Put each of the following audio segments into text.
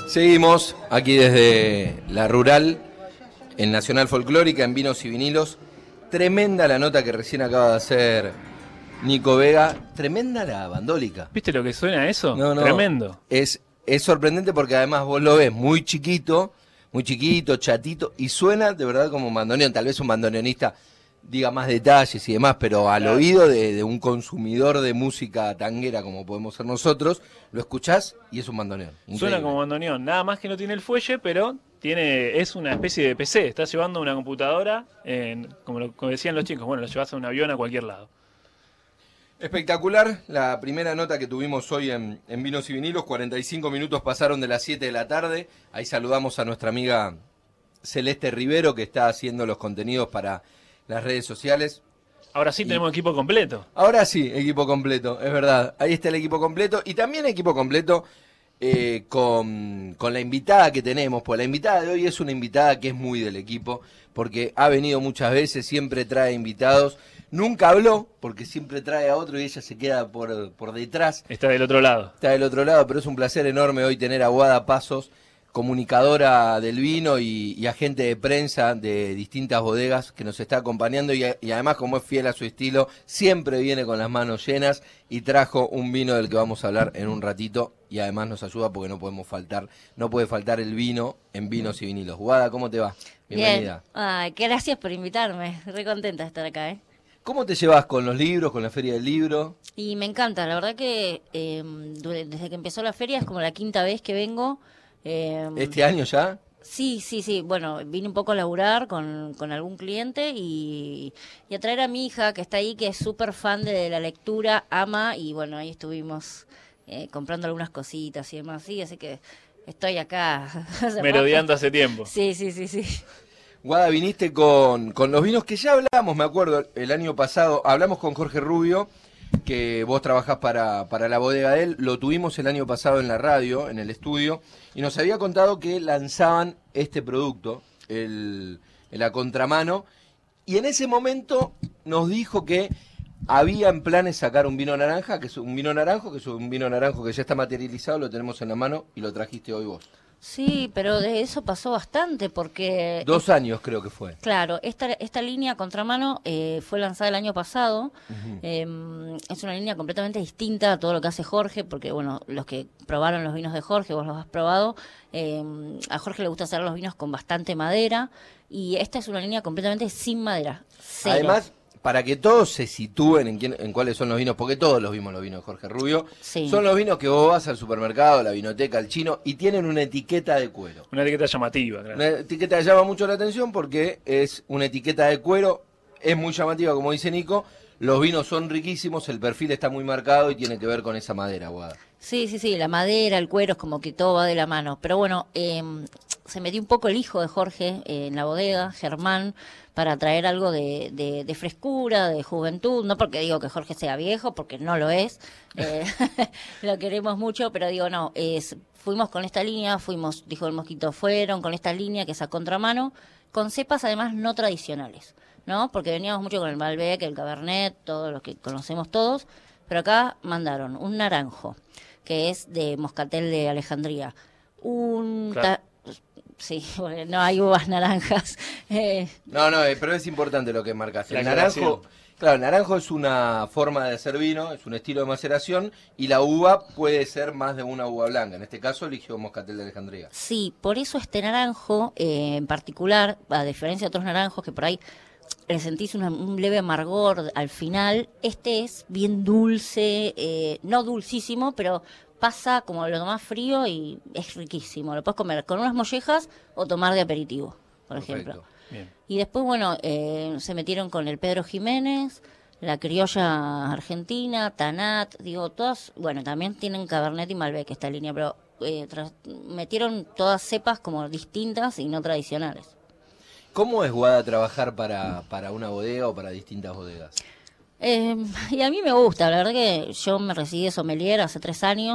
Seguimos aquí desde la rural, en Nacional Folclórica, en Vinos y Vinilos. Tremenda la nota que recién acaba de hacer Nico Vega. Tremenda la bandólica. ¿Viste lo que suena eso? No, Tremendo. Es sorprendente porque además vos lo ves muy chiquito, chatito, y suena de verdad como un bandoneón. Tal vez un bandoneonista diga más detalles y demás, pero al oído de un consumidor de música tanguera como podemos ser nosotros, lo escuchás y es un bandoneón. Increíble. Suena como bandoneón, nada más que no tiene el fuelle, pero es una especie de PC. Estás llevando una computadora, como decían los chicos, bueno, lo llevas a un avión a cualquier lado. Espectacular, la primera nota que tuvimos hoy en Vinos y Vinilos. 45 minutos pasaron de las 7 de la tarde. Ahí saludamos a nuestra amiga Celeste Rivero, que está haciendo los contenidos para las redes sociales. Ahora sí tenemos equipo completo. Ahora sí, equipo completo, es verdad. Ahí está el equipo completo. Y también equipo completo con la invitada que tenemos. Pues la invitada de hoy es una invitada que es muy del equipo, porque ha venido muchas veces, siempre trae invitados. Nunca habló, porque siempre trae a otro y ella se queda por detrás. Está del otro lado. Está del otro lado, pero es un placer enorme hoy tener a Guada Pasos, comunicadora del vino y agente de prensa de distintas bodegas, que nos está acompañando y además, como es fiel a su estilo, siempre viene con las manos llenas y trajo un vino del que vamos a hablar en un ratito y además nos ayuda porque no puede faltar el vino en Vinos y Vinilos. Guada, ¿cómo te va? Bienvenida. Bien. Ay, qué gracias por invitarme, re contenta de estar acá, ¿Cómo te llevas con los libros, con la Feria del Libro? Y me encanta, la verdad que desde que empezó la feria es como la quinta vez que vengo. ¿Este año ya? Sí, bueno, vine un poco a laburar con algún cliente y a traer a mi hija que está ahí, que es súper fan de la lectura, ama, y bueno, ahí estuvimos comprando algunas cositas y demás, sí, así que estoy acá. Merodeando hace tiempo. Sí. Guada, viniste con los vinos que ya hablamos, me acuerdo, el año pasado, hablamos con Jorge Rubio, que vos trabajás para la bodega de él, lo tuvimos el año pasado en la radio, en el estudio, y nos había contado que lanzaban este producto, el A Contramano, y en ese momento nos dijo que había en planes sacar un vino naranja, que es un vino naranjo que ya está materializado, lo tenemos en la mano y lo trajiste hoy vos. Sí, pero de eso pasó bastante porque... 2 años creo que fue. Claro, esta línea Contramano fue lanzada el año pasado. Es una línea completamente distinta a todo lo que hace Jorge, porque bueno, los que probaron los vinos de Jorge, vos los has probado, a Jorge le gusta hacer los vinos con bastante madera, y esta es una línea completamente sin madera. Cero. Además, para que todos se sitúen en cuáles son los vinos, porque todos los vimos los vinos de Jorge Rubio, sí. Son los vinos que vos vas al supermercado, a la vinoteca, al chino, y tienen una etiqueta de cuero. Una etiqueta llamativa, claro. Una etiqueta que llama mucho la atención porque es una etiqueta de cuero, es muy llamativa, como dice Nico, los vinos son riquísimos, el perfil está muy marcado y tiene que ver con esa madera, Guada. Sí, la madera, el cuero, es como que todo va de la mano. Pero bueno, se metió un poco el hijo de Jorge en la bodega, Germán, para traer algo de frescura, de juventud. No porque digo que Jorge sea viejo, porque no lo es. Lo queremos mucho, pero digo, no, fuimos con esta línea, dijo el Mosquito, fueron con esta línea que es A Contramano, con cepas además no tradicionales, ¿no? Porque veníamos mucho con el Malbec, el Cabernet, todos los que conocemos todos, pero acá mandaron un naranjo, que es de Moscatel de Alejandría. Claro. Sí, bueno, no hay uvas naranjas. No, pero es importante lo que marcaste. El naranjo, claro, el naranjo es una forma de hacer vino, es un estilo de maceración, y la uva puede ser más de una uva blanca. En este caso eligió Moscatel de Alejandría. Sí, por eso este naranjo en particular, a diferencia de otros naranjos que por ahí le sentís un leve amargor al final, este es bien dulce, no dulcísimo, pero pasa como lo tomás frío y es riquísimo. Lo puedes comer con unas mollejas o tomar de aperitivo, por ejemplo. Bien. Y después, bueno, se metieron con el Pedro Jiménez, la criolla argentina, Tanat, digo, todas, bueno, también tienen Cabernet y Malbec esta línea, pero metieron todas cepas como distintas y no tradicionales. ¿Cómo es, Guada, trabajar para una bodega o para distintas bodegas? Y a mí me gusta, la verdad que yo me recibí de sommelier hace 3 años,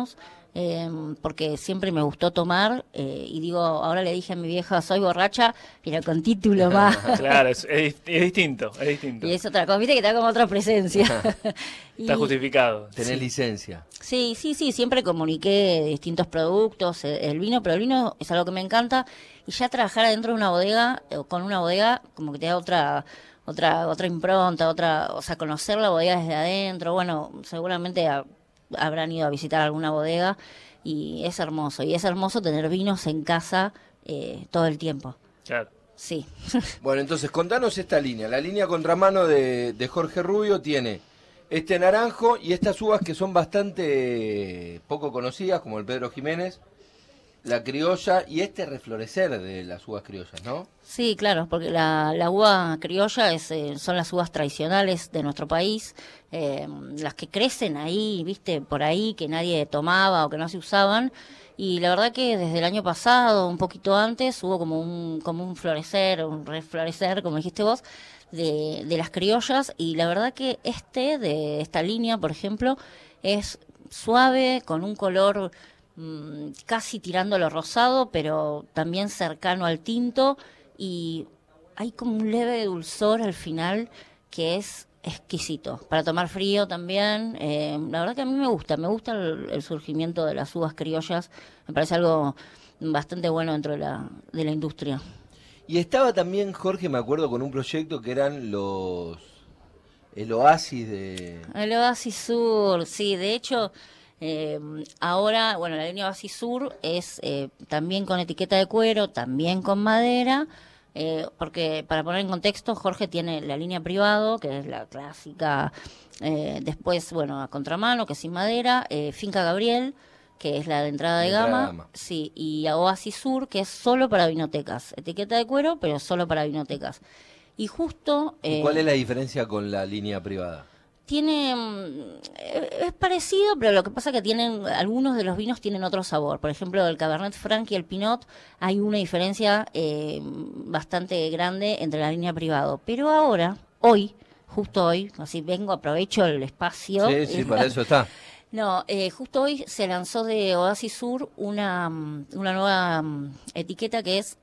porque siempre me gustó tomar, y digo, ahora le dije a mi vieja, soy borracha, pero con título más. Claro, es distinto, es distinto. Y es otra cosa, viste que te da como otra presencia. Está justificado. Tenés licencia. Sí, siempre comuniqué distintos productos, el vino, pero el vino es algo que me encanta, y ya trabajar adentro de una bodega, con una bodega, como que te da otra impronta, o sea, conocer la bodega desde adentro. Bueno, seguramente habrán ido a visitar alguna bodega, y es hermoso tener vinos en casa todo el tiempo. Claro. Sí. Bueno, entonces contanos esta línea. La línea contramano de Jorge Rubio tiene este naranjo y estas uvas que son bastante poco conocidas, como el Pedro Jiménez, la criolla y este reflorecer de las uvas criollas, ¿no? Sí, claro, porque la uva criolla son las uvas tradicionales de nuestro país, las que crecen ahí, viste, por ahí, que nadie tomaba o que no se usaban. Y la verdad que desde el año pasado, un poquito antes, hubo como un florecer, un reflorecer, como dijiste vos, de las criollas. Y la verdad que de esta línea, por ejemplo, es suave, con un color casi tirando a lo rosado, pero también cercano al tinto, y hay como un leve dulzor al final que es exquisito. Para tomar frío también. La verdad que a mí me gusta el surgimiento de las uvas criollas, me parece algo bastante bueno dentro de la industria. Y estaba también, Jorge, me acuerdo, con un proyecto que eran el Oasis de... El Oasis Sur, sí, de hecho... ahora, bueno, la línea Oasis Sur es también con etiqueta de cuero, también con madera, porque para poner en contexto, Jorge tiene la línea privado, que es la clásica, después, bueno, a contramano, que es sin madera, Finca Gabriel, que es la de entrada de gama, sí, y Oasis Sur, que es solo para vinotecas, etiqueta de cuero, pero solo para vinotecas. Y justo... ¿Y cuál es la diferencia con la línea privada? Es parecido, pero lo que pasa es que algunos de los vinos tienen otro sabor. Por ejemplo, el Cabernet Franc y el Pinot, hay una diferencia bastante grande entre la línea privado. Pero ahora, justo hoy, así aprovecho el espacio. Sí, para eso está. No, justo hoy se lanzó de Oasis Sur una nueva etiqueta que es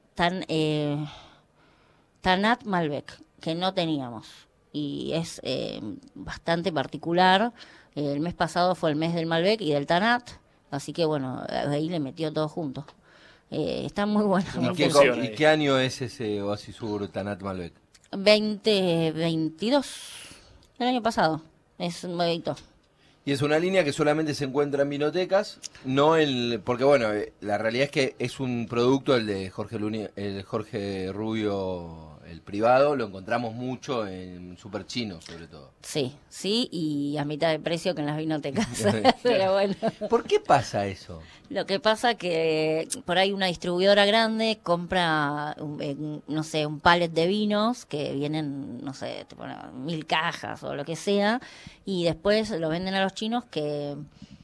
Tanat Malbec, que no teníamos. Y es bastante particular. El mes pasado fue el mes del Malbec y del Tanat, así que bueno, ahí le metió todo junto. Está muy bueno. ¿Y qué año es ese Oasis Sur Tanat Malbec? 2022, el año pasado, es nuevito. Y es una línea que solamente se encuentra en vinotecas, porque bueno, la realidad es que es un producto, el de el Jorge Rubio, el privado, lo encontramos mucho en Super Chino, sobre todo. Sí, y a mitad de precio que en las vinotecas. Pero bueno. ¿Por qué pasa eso? Lo que pasa que por ahí una distribuidora grande compra, no sé, un pallet de vinos que vienen, no sé, te ponen 1000 cajas o lo que sea, y después lo venden a los chinos que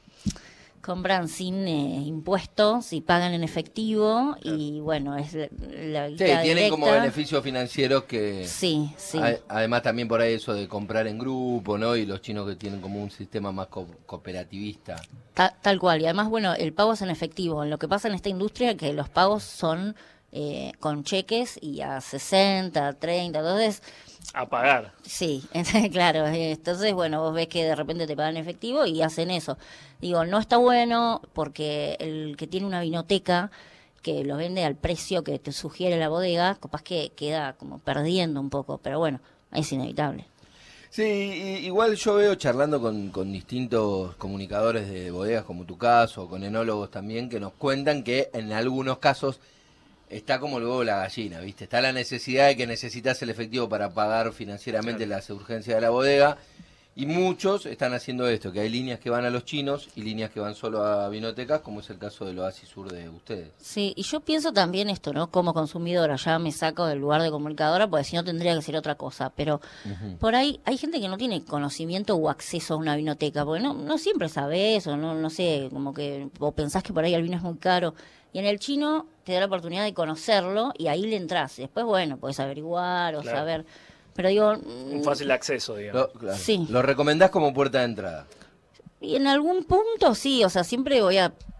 compran sin impuestos y pagan en efectivo, y bueno, es la guita tienen directa. como beneficios financieros que... Sí. Además también por ahí eso de comprar en grupo, ¿no? Y los chinos que tienen como un sistema más cooperativista. Tal cual, y además, bueno, el pago es en efectivo. Lo que pasa en esta industria es que los pagos son con cheques y a 60, 30, entonces... A pagar. Sí, claro. Entonces, bueno, vos ves que de repente te pagan efectivo y hacen eso. Digo, no está bueno porque el que tiene una vinoteca que lo vende al precio que te sugiere la bodega, capaz que queda como perdiendo un poco, pero bueno, es inevitable. Sí, igual yo veo charlando con distintos comunicadores de bodegas, como tu caso, con enólogos también, que nos cuentan que en algunos casos está como el huevo o la gallina, ¿viste? Está la necesidad de que necesitas el efectivo para pagar financieramente las urgencias de la bodega, y muchos están haciendo esto, que hay líneas que van a los chinos y líneas que van solo a vinotecas, como es el caso del Oasis Sur de ustedes. Sí, y yo pienso también esto, ¿no? Como consumidora, ya me saco del lugar de comunicadora, porque si no tendría que ser otra cosa, pero por ahí hay gente que no tiene conocimiento o acceso a una vinoteca, porque no siempre sabe eso, no sé, como que o pensás que por ahí el vino es muy caro, y en el chino te da la oportunidad de conocerlo y ahí le entras, después bueno, podés averiguar o saber... Pero digo... Un fácil acceso, digamos. Sí. ¿Lo recomendás como puerta de entrada? Y en algún punto sí, o sea, siempre voy a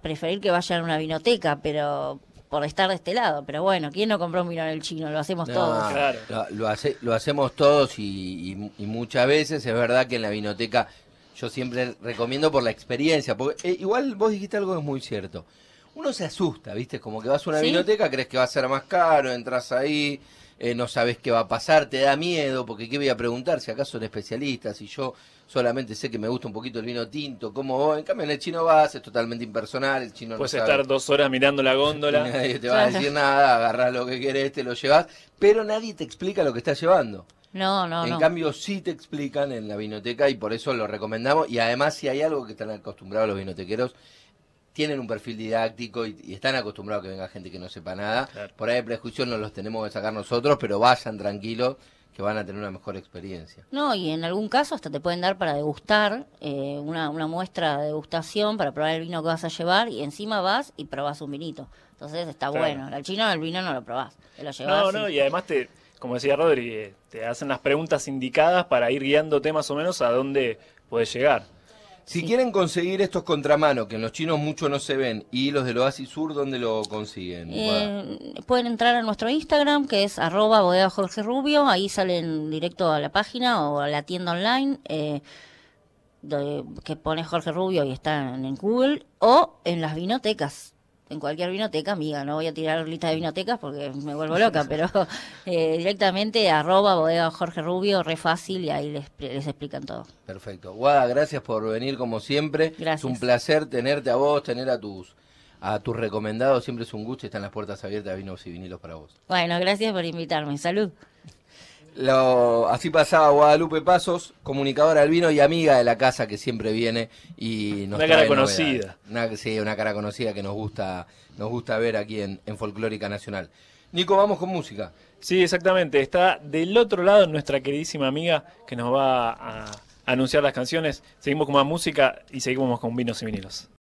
preferir que vayan a una vinoteca, pero por estar de este lado. Pero bueno, ¿quién no compró un vino en el chino? Lo hacemos todos. Claro. Lo hacemos todos y muchas veces es verdad que en la vinoteca yo siempre recomiendo por la experiencia, porque igual vos dijiste algo que es muy cierto. Uno se asusta, ¿viste? Como que vas a una ¿Sí? vinoteca, crees que va a ser más caro, entras ahí, no sabes qué va a pasar, te da miedo, porque ¿qué voy a preguntar? Si acaso son especialistas, si yo solamente sé que me gusta un poquito el vino tinto, ¿cómo voy? En cambio en el chino vas, es totalmente impersonal, el chino Puedes no sabe. estar 2 horas mirando la góndola. Y nadie te va a decir nada, agarrás lo que querés, te lo llevas, pero nadie te explica lo que estás llevando. No, En cambio sí te explican en la vinoteca y por eso lo recomendamos. Y además si hay algo que están acostumbrados los vinotequeros, tienen un perfil didáctico y están acostumbrados a que venga gente que no sepa nada. Claro. Por ahí el prejuicio no los tenemos que sacar nosotros, pero vayan tranquilos que van a tener una mejor experiencia. No, y en algún caso hasta te pueden dar para degustar, una muestra de degustación para probar el vino que vas a llevar y encima vas y probás un vinito. Entonces está Claro. bueno. Al chino el vino no lo probás, te lo llevas. No, y además como decía Rodri, te hacen las preguntas indicadas para ir guiándote más o menos a dónde puedes llegar. Si Sí. quieren conseguir estos contramanos, que en los chinos mucho no se ven, y los del Oasis Sur, ¿dónde lo consiguen? Pueden entrar a nuestro Instagram, que es @bodega Jorge Rubio, ahí salen directo a la página o a la tienda online, que pone Jorge Rubio y está en Google, o en las vinotecas. En cualquier vinoteca, amiga, no voy a tirar listas de vinotecas porque me vuelvo loca, pero directamente @bodega Jorge Rubio, re fácil, y ahí les explican todo. Perfecto. Guada, gracias por venir como siempre. Gracias. Es un placer tenerte a vos, tener a tus recomendados. Siempre es un gusto y están las puertas abiertas a vinos y vinilos para vos. Bueno, gracias por invitarme. Salud. Así pasaba Guadalupe Pasos, comunicadora del vino y amiga de la casa que siempre viene y nos Una trae cara conocida. Sí, una cara conocida que nos gusta ver aquí en Folclórica Nacional. Nico, vamos con música. Sí, exactamente. Está del otro lado nuestra queridísima amiga que nos va a anunciar las canciones. Seguimos con más música y seguimos con vinos y vinilos.